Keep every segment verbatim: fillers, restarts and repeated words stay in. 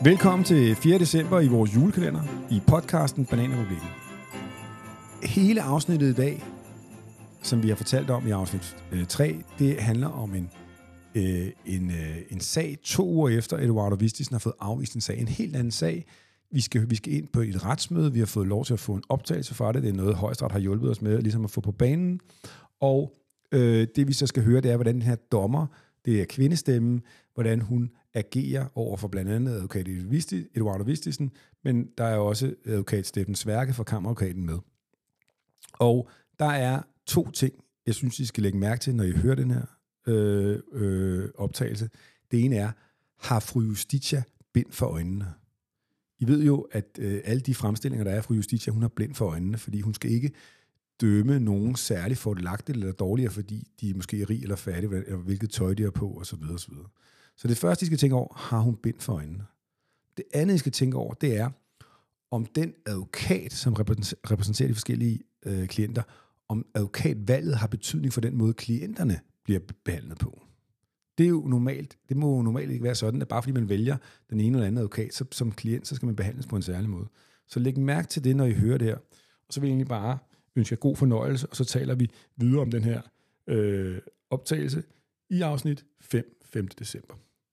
Velkommen til fjerde december i vores julekalender i podcasten Bananrepublikken. Hele afsnittet i dag, som vi har fortalt om i afsnit øh, tre, det handler om en, øh, en, øh, en sag to uger efter Eduardo Vistisen har fået afvist en sag. En helt anden sag. Vi skal, vi skal ind på et retsmøde. Vi har fået lov til at få en optagelse fra det. Det er noget, Højesteret har hjulpet os med ligesom at få på banen. Og øh, det vi så skal høre, det er, hvordan den her dommer, det er kvindestemmen, hvordan hun agerer over for blandt andet advokat Eduardo Vistisen, men der er også advokat Steffen Sværke fra Kammeradvokaten med. Og der er to ting, jeg synes, I skal lægge mærke til, når I hører den her øh, øh, optagelse. Det ene er, har fru Justitia bind for øjnene? I ved jo, at øh, alle de fremstillinger, der er af fru Justitia, hun har blind for øjnene, fordi hun skal ikke dømme nogen særligt fordelagtigt eller dårligere, fordi de er måske rig eller fattige, eller hvilket tøj de har på, osv. osv. Så det første, I skal tænke over, har hun bind for øjnene? Det andet, I skal tænke over, det er, om den advokat, som repræsenterer de forskellige øh, klienter, om advokatvalget har betydning for den måde, klienterne bliver behandlet på. Det er jo normalt, det må jo normalt ikke være sådan, at bare fordi man vælger den ene eller anden advokat, så som klient, så skal man behandles på en særlig måde. Så læg mærke til det, når I hører det her. Og så vil jeg egentlig bare ønske jer god fornøjelse, og så taler vi videre om den her øh, optagelse i afsnit fem, femte december.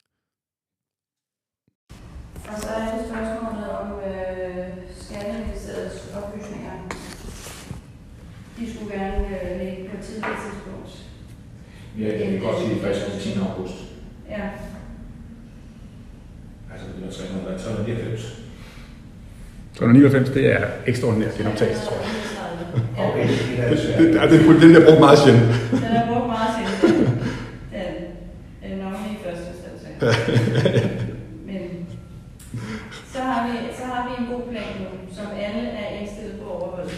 Og så er det spørgsmålet om øh, Skatteministeriets oplysninger. De skulle gerne øh, lægge på et tidligere tidspunkt. Ja, det kan godt sige, at det er tiende august. Ja. Altså, det er tre hundrede nioghalvfems. tre hundrede nioghalvfems, det er ekstraordinært genoptagelse, tror jeg. Ja. Okay, det er det. Det, det, det, det, det er brugt meget sjældent. Den er brugt meget sjældent. Den er nok i første instans. Men så har, vi, så har vi en god plan nu, som alle er indstillet på at overholde.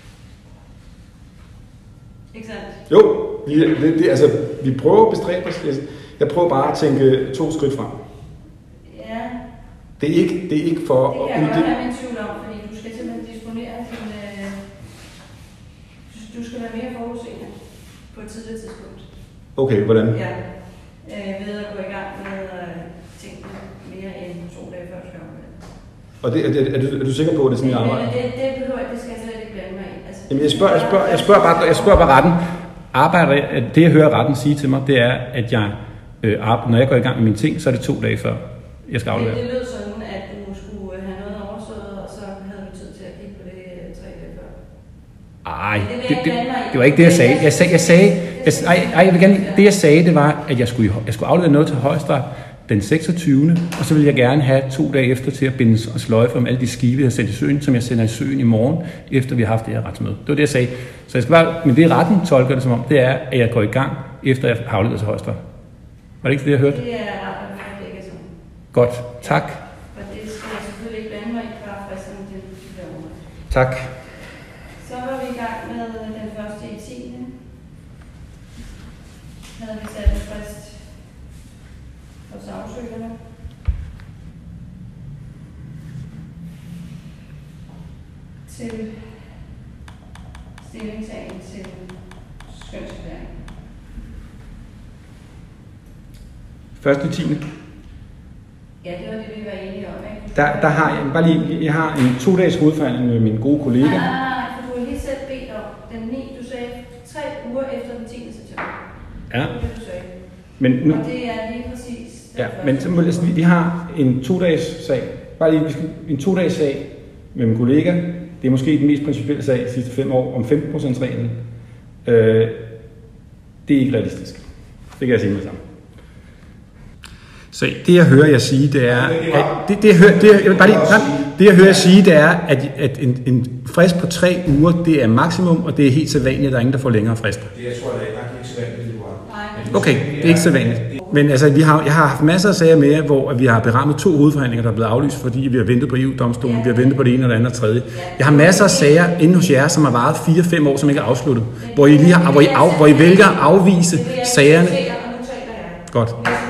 Ikke sandt? Jo, vi, det, det, altså, vi prøver at bestræbe os. Jeg, jeg prøver bare at tænke to skridt frem. Ja. Det er ikke, det er ikke for... Det kan jeg godt have min tvivl om, fordi du skal simpelthen disponere din... Øh, du skal være mere forudseende på et tidligere tidspunkt. Okay, hvordan? Ja. Øh, ved at gå i gang med øh, tingene mere end to dage før du skal omvendt. Og det, er, er, du, er du sikker på, at det er sådan, jeg arbejder? Det, det, det behøver jeg, det skal jeg slet ikke blande mig i. Altså, Jamen, jeg spørger, jeg spørger, jeg spørger, bare, jeg spørger bare retten. Arbejder, det jeg hører retten sige til mig, det er, at jeg, øh, når jeg går i gang med mine ting, så er det to dage før, jeg skal aflevere. Det, det lød sådan, at du skulle have noget overstået, og så havde du tid til at kigge på det tre dage før. Ej, det, det, det, det var ikke det, jeg sagde. Jeg sagde, jeg sagde, jeg, ej, ej, jeg vil gerne, det jeg sagde, det var, at jeg skulle, jeg skulle aflevere noget til Højesteret den seksogtyvende og så vil jeg gerne have to dage efter til at binde og sløjfe om alle de skibe, jeg har sendt i søen, som jeg sender i søen i morgen, efter vi har haft det her retsmøde. Det var det, jeg sagde. Så jeg skal bare, men det retten tolker det som om, det er, at jeg går i gang, efter jeg har afleveret til Højesteret. Var det ikke det, jeg hørte? Det er ret, at det ikke er sådan. Godt, tak. Og det skal jeg selvfølgelig ikke blande mig i, bare fristende til det der ord. Tak. Så var vi i gang med den første i tiende Havde vi sat en frist for sagsøgerne. Til stillingtagen til skønserklæring. Første tiende Ja, det var det, vi var enige om, ikke? Der, der har jeg bare lige, jeg har en to dages hovedforhandling med min gode kollega. Nej, nej, nej, for du har lige selv bedt om den ni, du sagde tre uger efter den tiende september. Ja. Det var det, du sagde. Men nu, Og det er lige præcis. ja, men så må jeg, vi har en to dages sag. Bare lige, vi skal, en to dages sag med min kollega. Det er måske den mest principielle sag de sidste fem år om femten procent reglen. Øh, det er ikke realistisk. Det kan jeg sige med sammen. Så det jeg hører jeg sige, det er, at det, det, jeg hører, det, jeg, bare lige, det jeg hører jeg sige, det er, at, at en, en frist på tre uger, det er maksimum, og det er helt sædvanligt, at der er ingen, der får længere frister. Det jeg tror jeg ikke er sædvanligt, det var. Okay, det er ikke sædvanligt. Men altså, vi har, jeg har haft masser af sager med, hvor vi har berammet to hovedforhandlinger, der er blevet aflyst, fordi vi har ventet på E U-domstolen, vi har ventet på det ene og det andet og tredje. Jeg har masser af sager inde hos jer, som har varet fire fem år, som ikke er afsluttet, hvor I, lige har, hvor I, af, hvor I vælger at afvise sagerne. Godt.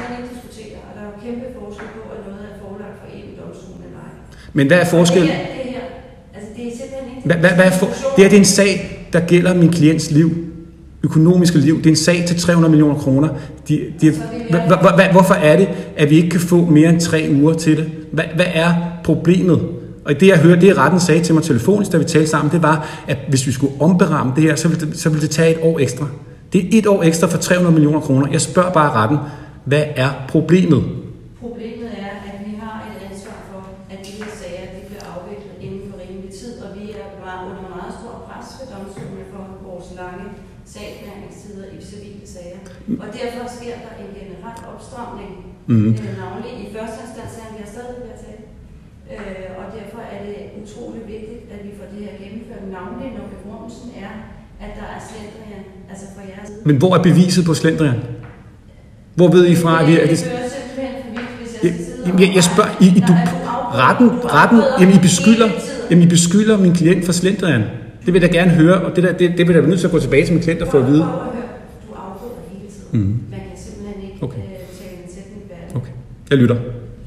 Men hvad er forskellen? Det her, altså det er simpelthen ikke... Hvad, hvad, hvad er for, det her det er en sag, der gælder min klients liv. økonomiske liv. Det er en sag til tre hundrede millioner kroner. De, de, hvorfor er det, at vi ikke kan få mere end tre uger til det? Hvad, hvad er problemet? Og det jeg hørte, det retten sagde til mig telefonisk, da vi talte sammen, det var, at hvis vi skulle omberamme det her, så ville det, så ville det tage et år ekstra. Det er et år ekstra for tre hundrede millioner kroner. Jeg spørger bare retten, hvad er problemet? Problemet er, at vi har et ansvar for, at de her sager de bliver afviklet inden for rimelig tid, og vi er bare under meget stor pres ved domstolene for vores lange sagsbehandlingstider i civile sager. Og derfor sker der en generel opstramning, mm. navnlig i første instans, at vi har stadig ved at tale. Øh, og derfor er det utrolig vigtigt, at vi får det her gennemført, navnlig når begrundelsen er, at der er slendrian, altså fra jeres side. Men hvor er beviset på slendrian? Hvor ved I fra, at vi... Det fører simpelthen for vidt, hvis jeg skal sidde og... Jeg, jeg spørger... I, I, du, retten, retten, jamen I beskylder, jamen I beskylder min klient for slendrian. Det vil jeg gerne høre, og det, der, det, det vil jeg da nødt til at gå tilbage til min klient og få at vide. Du afbryder hele tiden. Mm. Man kan simpelthen ikke okay. øh, tale en sætning færdig. Okay, jeg lytter.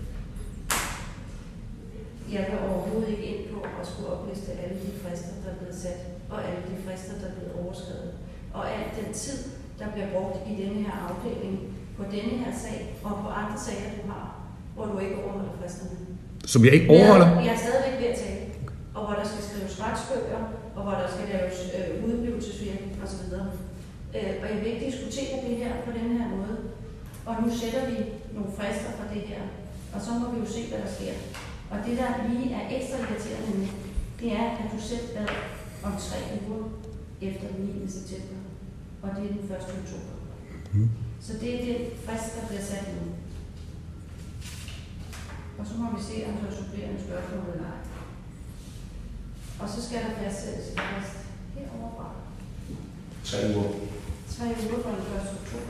Jeg vil overhovedet ikke ind på at skulle opliste alle de frister, der er blevet sat, og alle de frister, der er blevet overskrevet. Og al den tid, der bliver brugt i denne her afdeling, på denne her sag, og på andre sager, du har, hvor du ikke overholder fristerne. Som jeg ikke overholder? Jeg er stadigvæk ved at tale. Og hvor der skal skrives retsbøger, og hvor der skal laves øh, udblivelsesvirkning osv. Øh, og jeg vil ikke diskutere det her på den her måde. Og nu sætter vi nogle frister for det her, og så må vi jo se, hvad der sker. Og det, der lige er ekstra irriterende med, det er, at du selv bad om tre uger efter den niende september, og det er den første oktober. Mm. Så det er det frist, der bliver sat nu. Og så må vi se, om der er supplerende spørgsmål eller ej. Og så skal der fastsættes en frist heroverfra. Tre uger. Tre uger fra den første oktober.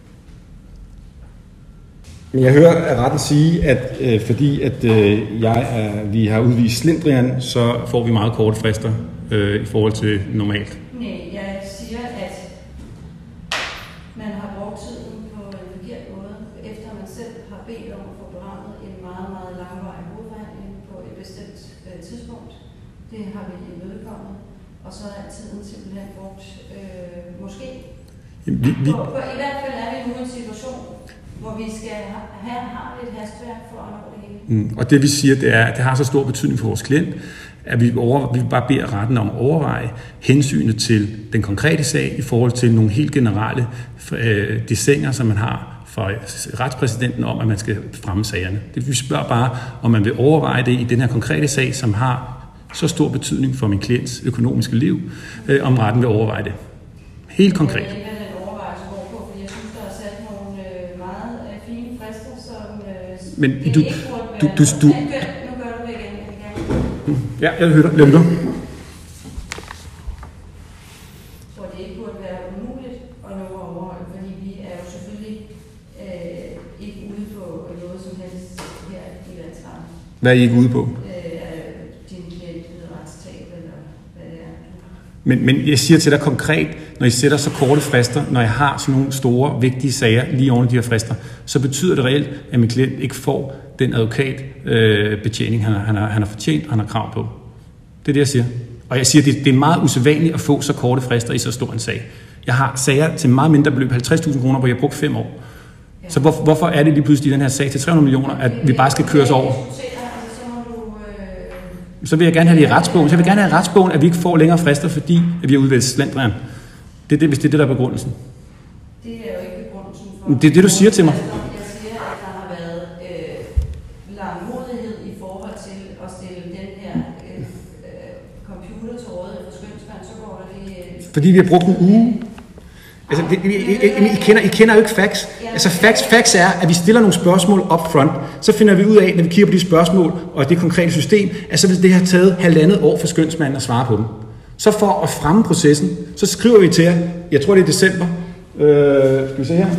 Men jeg hører at retten sige, at øh, fordi at øh, jeg er, vi har udvist slendrian, så får vi meget korte frister øh, i forhold til normalt. Nej, jeg siger, at man har brugt tiden på en forkert måde, efter man selv har bedt om at få berammet en meget, meget langvarig hovedforhandling på et bestemt øh, tidspunkt. Det har vi imødekommet, og så er tiden simpelthen brugt øh, måske. Vi, vi... På, på, I hvert fald er vi nu i en situation, hvor vi skal have, have lidt hastværk for at nå det hele. Mm, og det vi siger, det er, at det har så stor betydning for vores klient, at vi, over, vi bare beder retten om at overveje hensynet til den konkrete sag i forhold til nogle helt generelle øh, dissenter, som man har fra retspræsidenten om, at man skal fremme sagerne. Det, vi spørger bare, om man vil overveje det i den her konkrete sag, som har så stor betydning for min klients økonomiske liv, øh, om retten vil overveje det. Helt konkret. Men du, du, du, du, nu gør du det igen. Ja, jeg hører dig. Lytter. Hvor det ikke burde være umuligt at nå at overholde, fordi vi er jo selvfølgelig øh, ikke ude på noget som helst her i landsretten. Hvad er I ikke ude på? Øh, din klient ved retstab, eller hvad det er. Men, men jeg siger til dig konkret, når I sætter så korte frister, når jeg har sådan nogle store, vigtige sager lige oven de her frister, så betyder det reelt, at min klient ikke får den advokatbetjening, øh, han, han, han har fortjent og han har krav på. Det er det, jeg siger. Og jeg siger, det, det er meget usædvanligt at få så korte frister i så stor en sag. Jeg har sager til meget mindre beløb, halvtreds tusind kroner, hvor jeg har brugt fem år. Ja. Så hvor, hvorfor er det lige pludselig i den her sag til tre hundrede millioner, at vi bare skal køres over? Så vil jeg gerne have det i retsbogen. Så jeg vil gerne have i retsbogen, at vi ikke får længere frister, fordi at vi har udvalgt slendrian. Det er det, hvis det er det, der er begrundelsen. Det er jo ikke begrundelsen for... Det er det, du siger til mig. Jeg siger, at der har været øh, langmodighed i forhold til at stille den her øh, computer til rådighed for skønsmand, så går der det... Øh, fordi vi har brugt en uge. Altså, det, I, I, I, I, kender, I kender jo ikke facts. Altså, facts, facts er, at vi stiller nogle spørgsmål up front. Så finder vi ud af, når vi kigger på de spørgsmål og det konkrete system, at så vil det have taget halvandet år for skønsmanden at svare på dem. Så for at fremme processen, så skriver vi til jer, jeg tror det er december, øh, skal vi se her.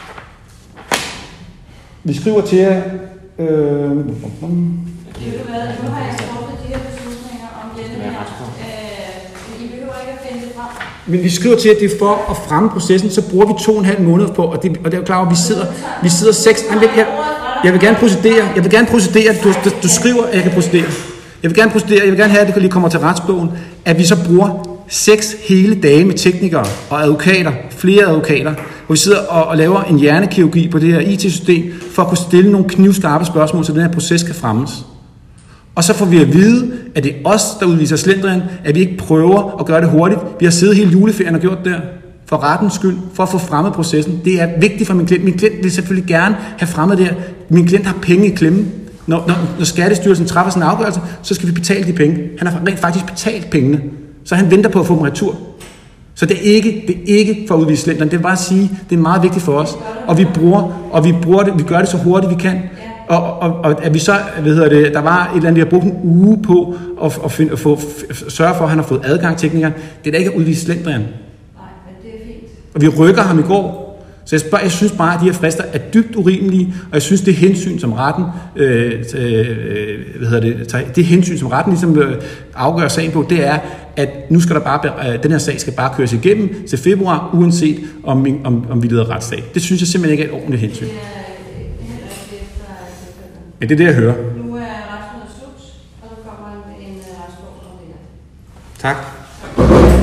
Vi skriver til jer, øh, det er jo hvad, nu har jeg truffet de her beslutninger om denne her, øh, I behøver ikke at finde det frem. Men vi skriver til jer, det er for at fremme processen, så bruger vi to og en halv måned på, og det, og det er jo klart, at vi sidder, vi sidder seks, jeg, jeg vil gerne procedere, jeg vil gerne procedere, du, du, du skriver, at jeg kan procedere. Jeg vil gerne procedere, jeg vil gerne have, at det lige kommer til retsbogen, at vi så bruger seks hele dage med teknikere og advokater, flere advokater, hvor vi sidder og, og laver en hjernekirurgi på det her I T-system, for at kunne stille nogle knivskarpe spørgsmål, så den her proces kan fremmes. Og så får vi at vide, at det er os, der udviser slendrian, at vi ikke prøver at gøre det hurtigt. Vi har siddet hele juleferien og gjort det der, for rettens skyld, for at få fremmet processen. Det er vigtigt for min klient. Min klient vil selvfølgelig gerne have fremmet det her. Min klient har penge i klemme. Når, når, når Skattestyrelsen træffer sådan en afgørelse, så skal vi betale de penge. Han har rent faktisk betalt pengene, så han venter på at få dem retur. Så det er ikke, det er ikke for at udvise slendrian. Det er bare at sige, det er meget vigtigt for os. Og vi bruger, og vi bruger det, vi gør det så hurtigt vi kan. Og, og, og at vi så, hvad hedder det, der var et eller andet, vi har brugt en uge på at, at, find, at få, sørge for, at han har fået adgang til teknikeren. Det er da ikke at udvise slendrian. Nej, men det er fint. Og vi rykker ham i går. Så jeg, spørger, jeg synes bare, at de her frister er dybt urimelige, og jeg synes, det hensyn, som retten, øh, øh, hvad hedder det, tager, det hensyn, som retten ligesom øh, afgør sagen på, det er, at nu skal der bare, øh, den her sag skal bare køres igennem til februar, uanset om, om, om vi leder retssag. Det synes jeg simpelthen ikke er et ordentligt hensyn. Ja, det er det, jeg hører. Nu er retsmødet slut, og så kommer en, en retsbog om det her. Tak.